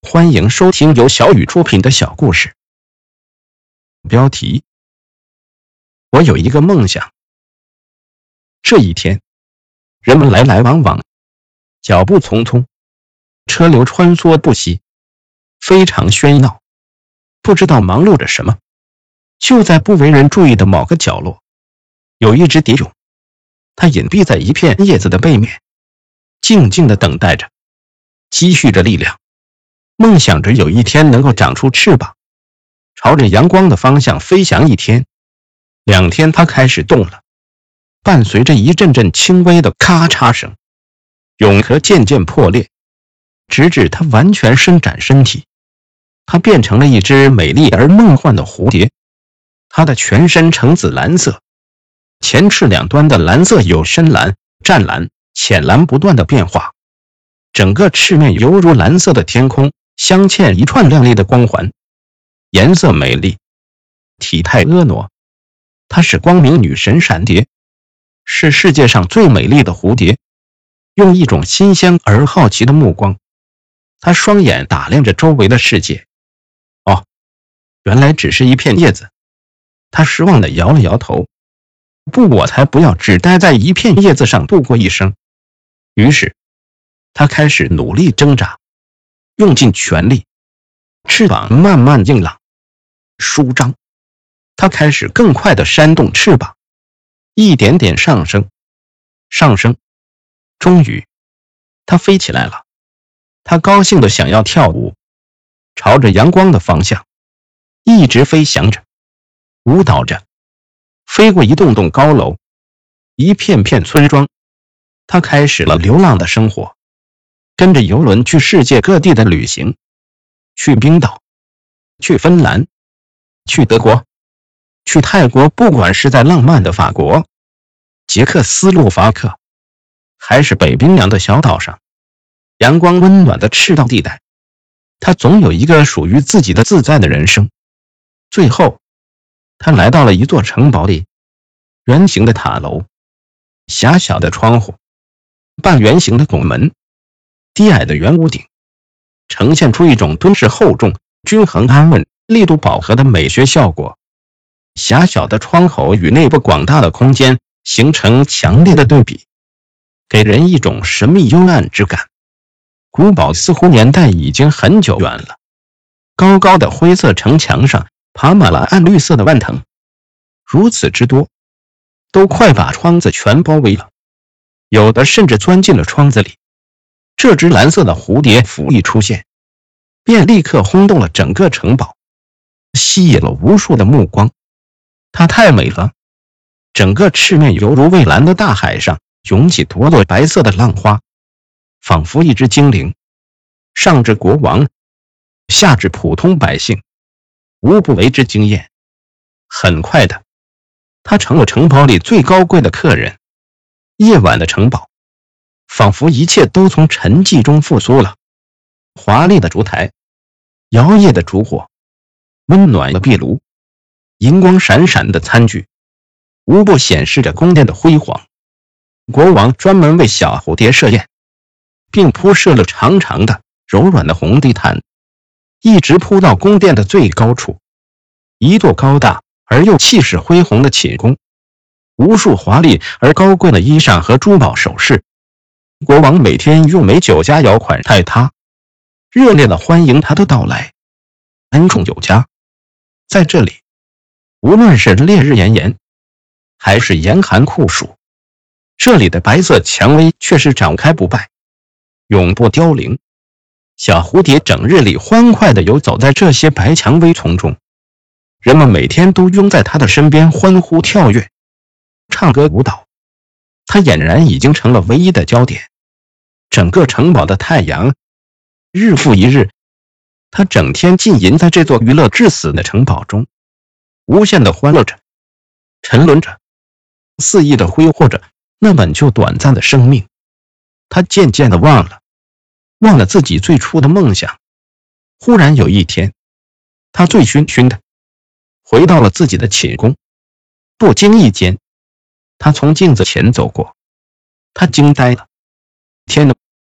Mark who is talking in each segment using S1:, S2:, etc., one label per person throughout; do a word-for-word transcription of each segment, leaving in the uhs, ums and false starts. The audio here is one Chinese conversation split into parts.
S1: 欢迎收听由小雨出品的小故事。标题：我有一个梦想。这一天，人们来来往往，脚步匆匆，车流穿梭不息，非常喧闹，不知道忙碌着什么。就在不为人注意的某个角落，有一只蝶蛹，它隐蔽在一片叶子的背面，静静地等待着，积蓄着力量，梦想着有一天能够长出翅膀，朝着阳光的方向飞翔一天。两天它开始动了，伴随着一阵阵轻微的咔嚓声，蛹壳渐渐破裂，直至它完全伸展身体。它变成了一只美丽而梦幻的蝴蝶，它的全身呈紫蓝色，前翅两端的蓝色有深蓝、湛蓝、浅蓝不断的变化，整个翅面犹如蓝色的天空，镶嵌一串亮丽的光环，颜色美丽，体态婀娜。她是光明女神闪蝶，是世界上最美丽的蝴蝶。用一种新鲜而好奇的目光，她双眼打量着周围的世界。哦，原来只是一片叶子。她失望地摇了摇头。不，我才不要只待在一片叶子上度过一生。于是，她开始努力挣扎，用尽全力，翅膀慢慢硬朗、舒张。它开始更快地扇动翅膀，一点点上升，上升。终于，它飞起来了。它高兴地想要跳舞，朝着阳光的方向一直飞翔着，舞蹈着，飞过一栋栋高楼，一片片村庄。它开始了流浪的生活，跟着游轮去世界各地的旅行，去冰岛，去芬兰，去德国，去泰国，不管是在浪漫的法国、捷克斯洛伐克，还是北冰洋的小岛上，阳光温暖的赤道地带，他总有一个属于自己的自在的人生。最后，他来到了一座城堡里，圆形的塔楼，狭小的窗户，半圆形的拱门，低矮的圆屋顶，呈现出一种敦实厚重、均衡安稳、力度饱和的美学效果。狭小的窗口与内部广大的空间形成强烈的对比，给人一种神秘幽暗之感。古堡似乎年代已经很久远了，高高的灰色城墙上爬满了暗绿色的蔓藤，如此之多，都快把窗子全包围了，有的甚至钻进了窗子里。这只蓝色的蝴蝶甫一出现，便立刻轰动了整个城堡，吸引了无数的目光。它太美了，整个赤面犹如蔚蓝的大海上涌起朵朵白色的浪花，仿佛一只精灵，上至国王，下至普通百姓，无不为之惊艳。很快的，他成了城堡里最高贵的客人。夜晚的城堡，仿佛一切都从沉寂中复苏了。华丽的烛台，摇曳的烛火，温暖的壁炉，银光闪闪的餐具，无不显示着宫殿的辉煌。国王专门为小蝴蝶设宴，并铺设了长长的、柔软的红地毯，一直铺到宫殿的最高处。一座高大而又气势恢宏的寝宫，无数华丽而高贵的衣裳和珠宝首饰。国王每天用美酒佳肴款待他，热烈地欢迎他的到来，恩宠有加。在这里，无论是烈日炎炎，还是严寒酷暑，这里的白色蔷薇却是长开不败，永不凋零。小蝴蝶整日里欢快地游走在这些白蔷薇丛中，人们每天都拥在它的身边欢呼跳跃，唱歌舞蹈。它俨然已经成了唯一的焦点。整个城堡的太阳，日复一日，它整天浸淫在这座娱乐至死的城堡中，无限地欢乐着，沉沦着，肆意地挥霍着那本就短暂的生命。他渐渐地忘了，忘了自己最初的梦想。忽然有一天，他醉醺醺的回到了自己的寝宫。不经意间，他从镜子前走过，他惊呆了。天哪，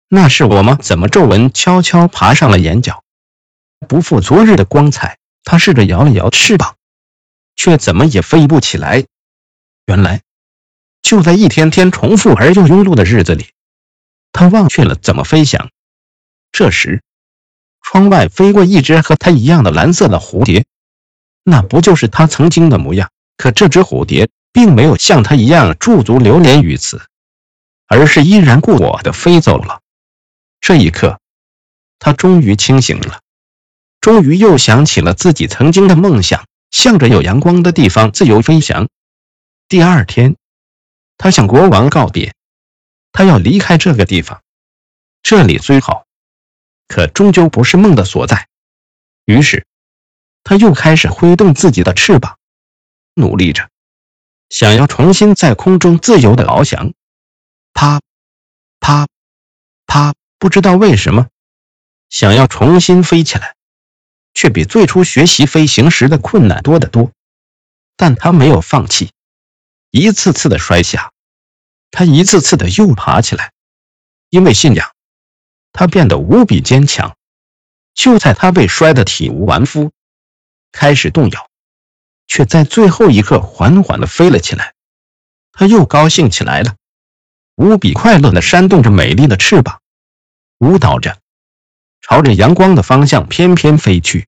S1: 那是我吗？怎么皱纹悄悄爬上了眼角？不复昨日的光彩，他试着摇了摇翅膀，却怎么也飞不起来。原来，就在一天天重复而又庸碌的日子里，他忘却了怎么飞翔。这时，窗外飞过一只和他一样的蓝色的蝴蝶，那不就是他曾经的模样？可这只蝴蝶并没有像他一样驻足流连于此，而是依然故我地飞走了。这一刻，他终于清醒了，终于又想起了自己曾经的梦想，向着有阳光的地方自由飞翔。第二天，他向国王告别，他要离开这个地方。这里虽好，可终究不是梦的所在。于是，他又开始挥动自己的翅膀，努力着，想要重新在空中自由地翱翔。啪，啪，啪，不知道为什么，想要重新飞起来，却比最初学习飞行时的困难多得多。但他没有放弃，一次次的摔下，他一次次的又爬起来。因为信仰，他变得无比坚强。就在他被摔得体无完肤，开始动摇，却在最后一刻缓缓地飞了起来。他又高兴起来了，无比快乐地扇动着美丽的翅膀，舞蹈着，朝着阳光的方向翩翩飞去。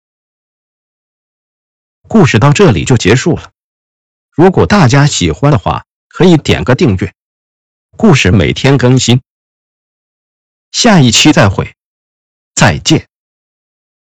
S1: 故事到这里就结束了。如果大家喜欢的话，可以点个订阅。故事每天更新，下一期再会，再见。